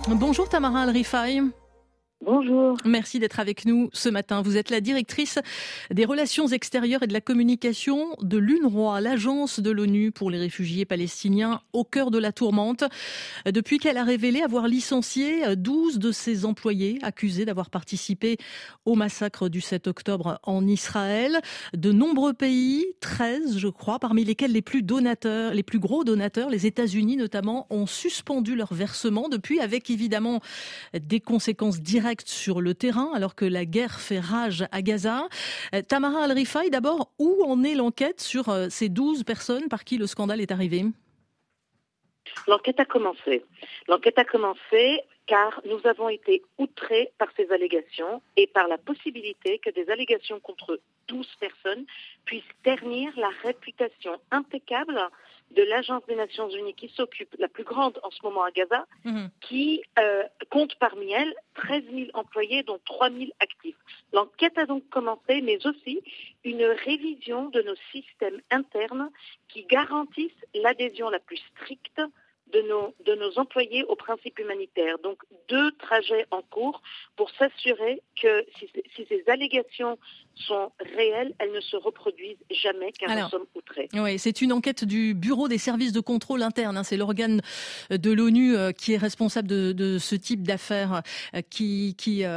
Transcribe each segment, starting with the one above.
Bonjour Tamara Al-Rifaï. Bonjour. Merci d'être avec nous ce matin. Vous êtes la directrice des relations extérieures et de la communication de l'UNRWA, l'agence de l'ONU pour les réfugiés palestiniens au cœur de la tourmente. Depuis qu'elle a révélé avoir licencié 12 de ses employés accusés d'avoir participé au massacre du 7 octobre en Israël. De nombreux pays, 13 je crois, parmi lesquels les plus gros donateurs, les États-Unis notamment, ont suspendu leur versement depuis, avec évidemment des conséquences directes sur le terrain alors que la guerre fait rage à Gaza. Tamara Al-Rifaï, d'abord, où en est l'enquête sur ces 12 personnes par qui le scandale est arrivé ? L'enquête a commencé. Car nous avons été outrés par ces allégations et par la possibilité que des allégations contre 12 personnes puissent ternir la réputation impeccable de l'Agence des Nations Unies qui s'occupe, la plus grande en ce moment à Gaza, qui compte parmi elles 13 000 employés, dont 3 000 actifs. L'enquête a donc commencé, mais aussi une révision de nos systèmes internes qui garantissent l'adhésion la plus stricte de nos employés aux principes humanitaires. Donc, 2 trajets en cours pour s'assurer que si ces allégations sont réelles, elles ne se reproduisent jamais car nous sommes outrés. Oui, c'est une enquête du Bureau des services de contrôle interne. C'est l'organe de l'ONU qui est responsable de ce type d'affaires qui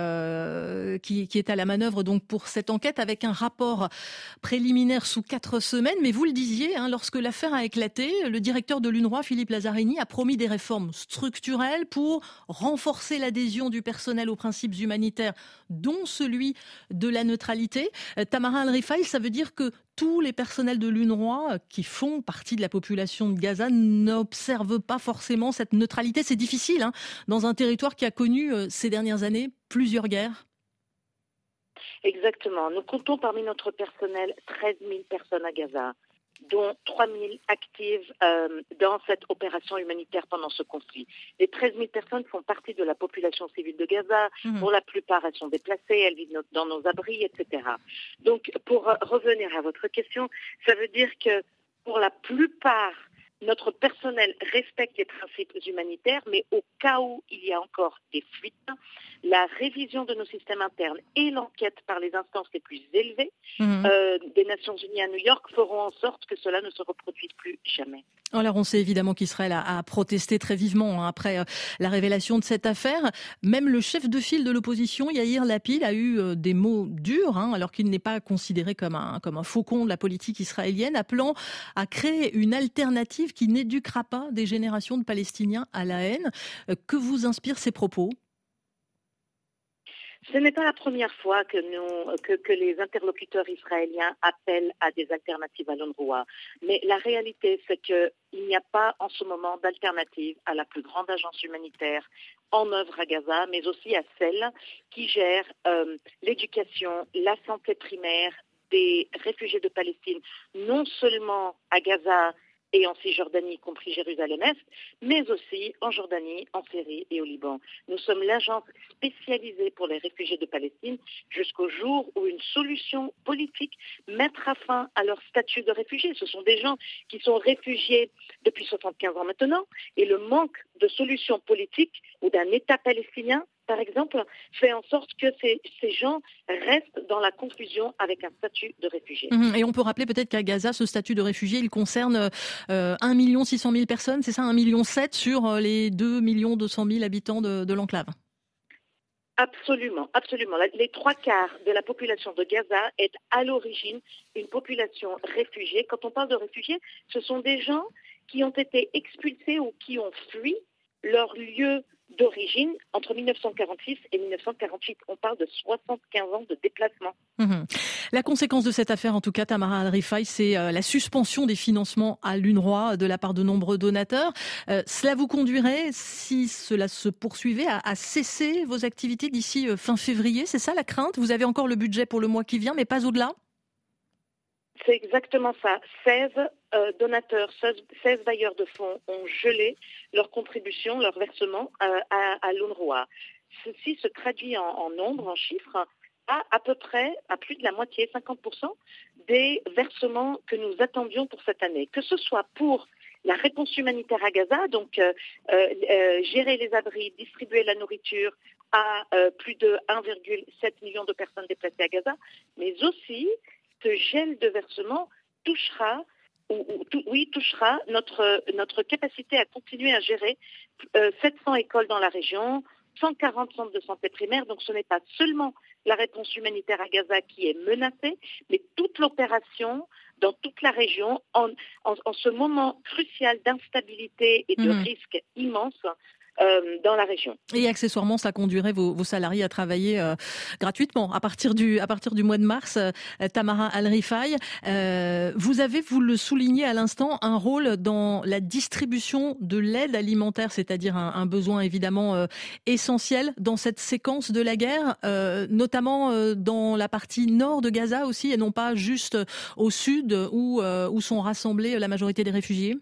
est à la manœuvre donc pour cette enquête avec un rapport préliminaire sous 4 semaines. Mais vous le disiez, lorsque l'affaire a éclaté, le directeur de l'UNRWA, Philippe Lazzarini, a promis des réformes structurelles pour renforcer l'adhésion du personnel aux principes humanitaires, dont celui de la neutralité. Tamara Al-Rifaï, ça veut dire que tous les personnels de l'UNRWA qui font partie de la population de Gaza n'observent pas forcément cette neutralité. C'est difficile dans un territoire qui a connu ces dernières années plusieurs guerres. Exactement. Nous comptons parmi notre personnel 13 000 personnes à Gaza, dont 3 000 actives dans cette opération humanitaire pendant ce conflit. Les 13 000 personnes font partie de la population civile de Gaza. Pour la plupart, elles sont déplacées, elles vivent dans nos abris, etc. Donc, pour revenir à votre question, ça veut dire que pour la plupart, notre personnel respecte les principes humanitaires, mais au cas où il y a encore des fuites, la révision de nos systèmes internes et l'enquête par les instances les plus élevées des Nations Unies à New York feront en sorte que cela ne se reproduise plus jamais. Alors on sait évidemment qu'Israël a protesté très vivement après la révélation de cette affaire. Même le chef de file de l'opposition, Yair Lapid, a eu des mots durs, alors qu'il n'est pas considéré comme un faucon de la politique israélienne, appelant à créer une alternative qui n'éduquera pas des générations de Palestiniens à la haine. Que vous inspirent ces propos ? Ce n'est pas la première fois que les interlocuteurs israéliens appellent à des alternatives à l'UNRWA. Mais la réalité, c'est qu'il n'y a pas en ce moment d'alternative à la plus grande agence humanitaire en œuvre à Gaza, mais aussi à celle qui gère l'éducation, la santé primaire des réfugiés de Palestine, non seulement à Gaza et en Cisjordanie, y compris Jérusalem-Est, mais aussi en Jordanie, en Syrie et au Liban. Nous sommes l'agence spécialisée pour les réfugiés de Palestine jusqu'au jour où une solution politique mettra fin à leur statut de réfugiés. Ce sont des gens qui sont réfugiés depuis 75 ans maintenant, et le manque de solution politique ou d'un État palestinien, par exemple, fait en sorte que ces gens restent dans la confusion avec un statut de réfugié. Et on peut rappeler peut-être qu'à Gaza, ce statut de réfugié, il concerne 1 600 000 personnes, c'est ça, 1,7 million sur les 2 200 000 habitants de l'enclave. Absolument, absolument. Les 3/4 de la population de Gaza est à l'origine une population réfugiée. Quand on parle de réfugiés, ce sont des gens qui ont été expulsés ou qui ont fui leur lieu d'origine entre 1946 et 1948. On parle de 75 ans de déplacement. La conséquence de cette affaire, en tout cas, Tamara Al-Rifaï, c'est la suspension des financements à l'UNRWA de la part de nombreux donateurs. Cela vous conduirait, si cela se poursuivait, à cesser vos activités d'ici fin février. C'est ça la crainte ? Vous avez encore le budget pour le mois qui vient, mais pas au-delà ? C'est exactement ça. 16 donateurs, 16 bailleurs de fonds ont gelé leurs contributions, leurs versements à l'UNRWA. Ceci se traduit en nombre, en chiffres, à peu près, à plus de la moitié, 50% des versements que nous attendions pour cette année. Que ce soit pour la réponse humanitaire à Gaza, donc gérer les abris, distribuer la nourriture à plus de 1,7 million de personnes déplacées à Gaza, mais aussi ce gel de versement touchera touchera notre capacité à continuer à gérer 700 écoles dans la région, 140 centres de santé primaire. Donc ce n'est pas seulement la réponse humanitaire à Gaza qui est menacée, mais toute l'opération dans toute la région en ce moment crucial d'instabilité et de risque immense dans la région. Et accessoirement, ça conduirait vos salariés à travailler gratuitement à partir du mois de mars. Tamara Al-Rifai, vous le soulignez à l'instant, un rôle dans la distribution de l'aide alimentaire, c'est-à-dire un besoin évidemment essentiel dans cette séquence de la guerre, notamment dans la partie nord de Gaza aussi, et non pas juste au sud où sont rassemblés la majorité des réfugiés.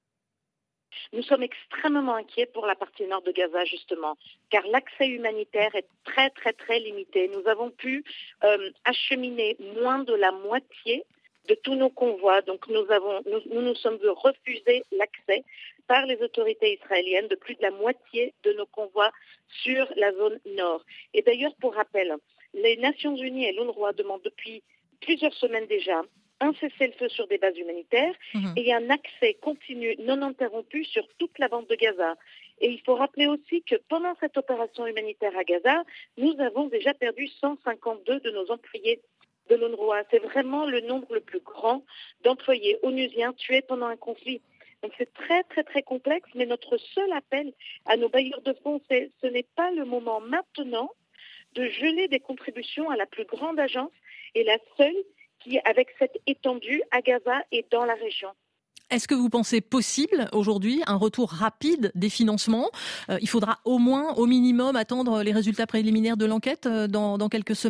Nous sommes extrêmement inquiets pour la partie nord de Gaza, justement, car l'accès humanitaire est très, très, très limité. Nous avons pu acheminer moins de la moitié de tous nos convois. Donc, nous sommes refusés l'accès par les autorités israéliennes de plus de la moitié de nos convois sur la zone nord. Et d'ailleurs, pour rappel, les Nations Unies et l'UNRWA demandent depuis plusieurs semaines déjà un cessez-le-feu sur des bases humanitaires et un accès continu non interrompu sur toute la bande de Gaza. Et il faut rappeler aussi que pendant cette opération humanitaire à Gaza, nous avons déjà perdu 152 de nos employés de l'UNRWA. C'est vraiment le nombre le plus grand d'employés onusiens tués pendant un conflit. Donc c'est très très très complexe, mais notre seul appel à nos bailleurs de fonds, ce n'est pas le moment maintenant de geler des contributions à la plus grande agence et la seule qui, avec cette étendue à Gaza et dans la région. Est-ce que vous pensez possible aujourd'hui un retour rapide des financements ? Il faudra au minimum, attendre les résultats préliminaires de l'enquête dans quelques semaines ?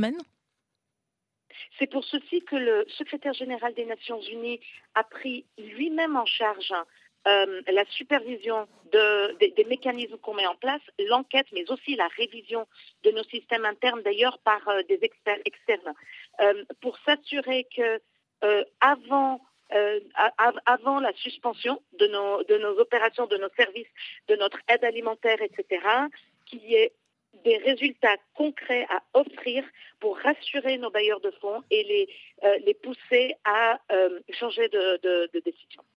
C'est pour ceci que le secrétaire général des Nations Unies a pris lui-même en charge la supervision des mécanismes qu'on met en place, l'enquête, mais aussi la révision de nos systèmes internes, d'ailleurs par des experts externes, pour s'assurer que avant la suspension de nos opérations, de nos services, de notre aide alimentaire, etc., qu'il y ait des résultats concrets à offrir pour rassurer nos bailleurs de fonds et les pousser à changer de décision.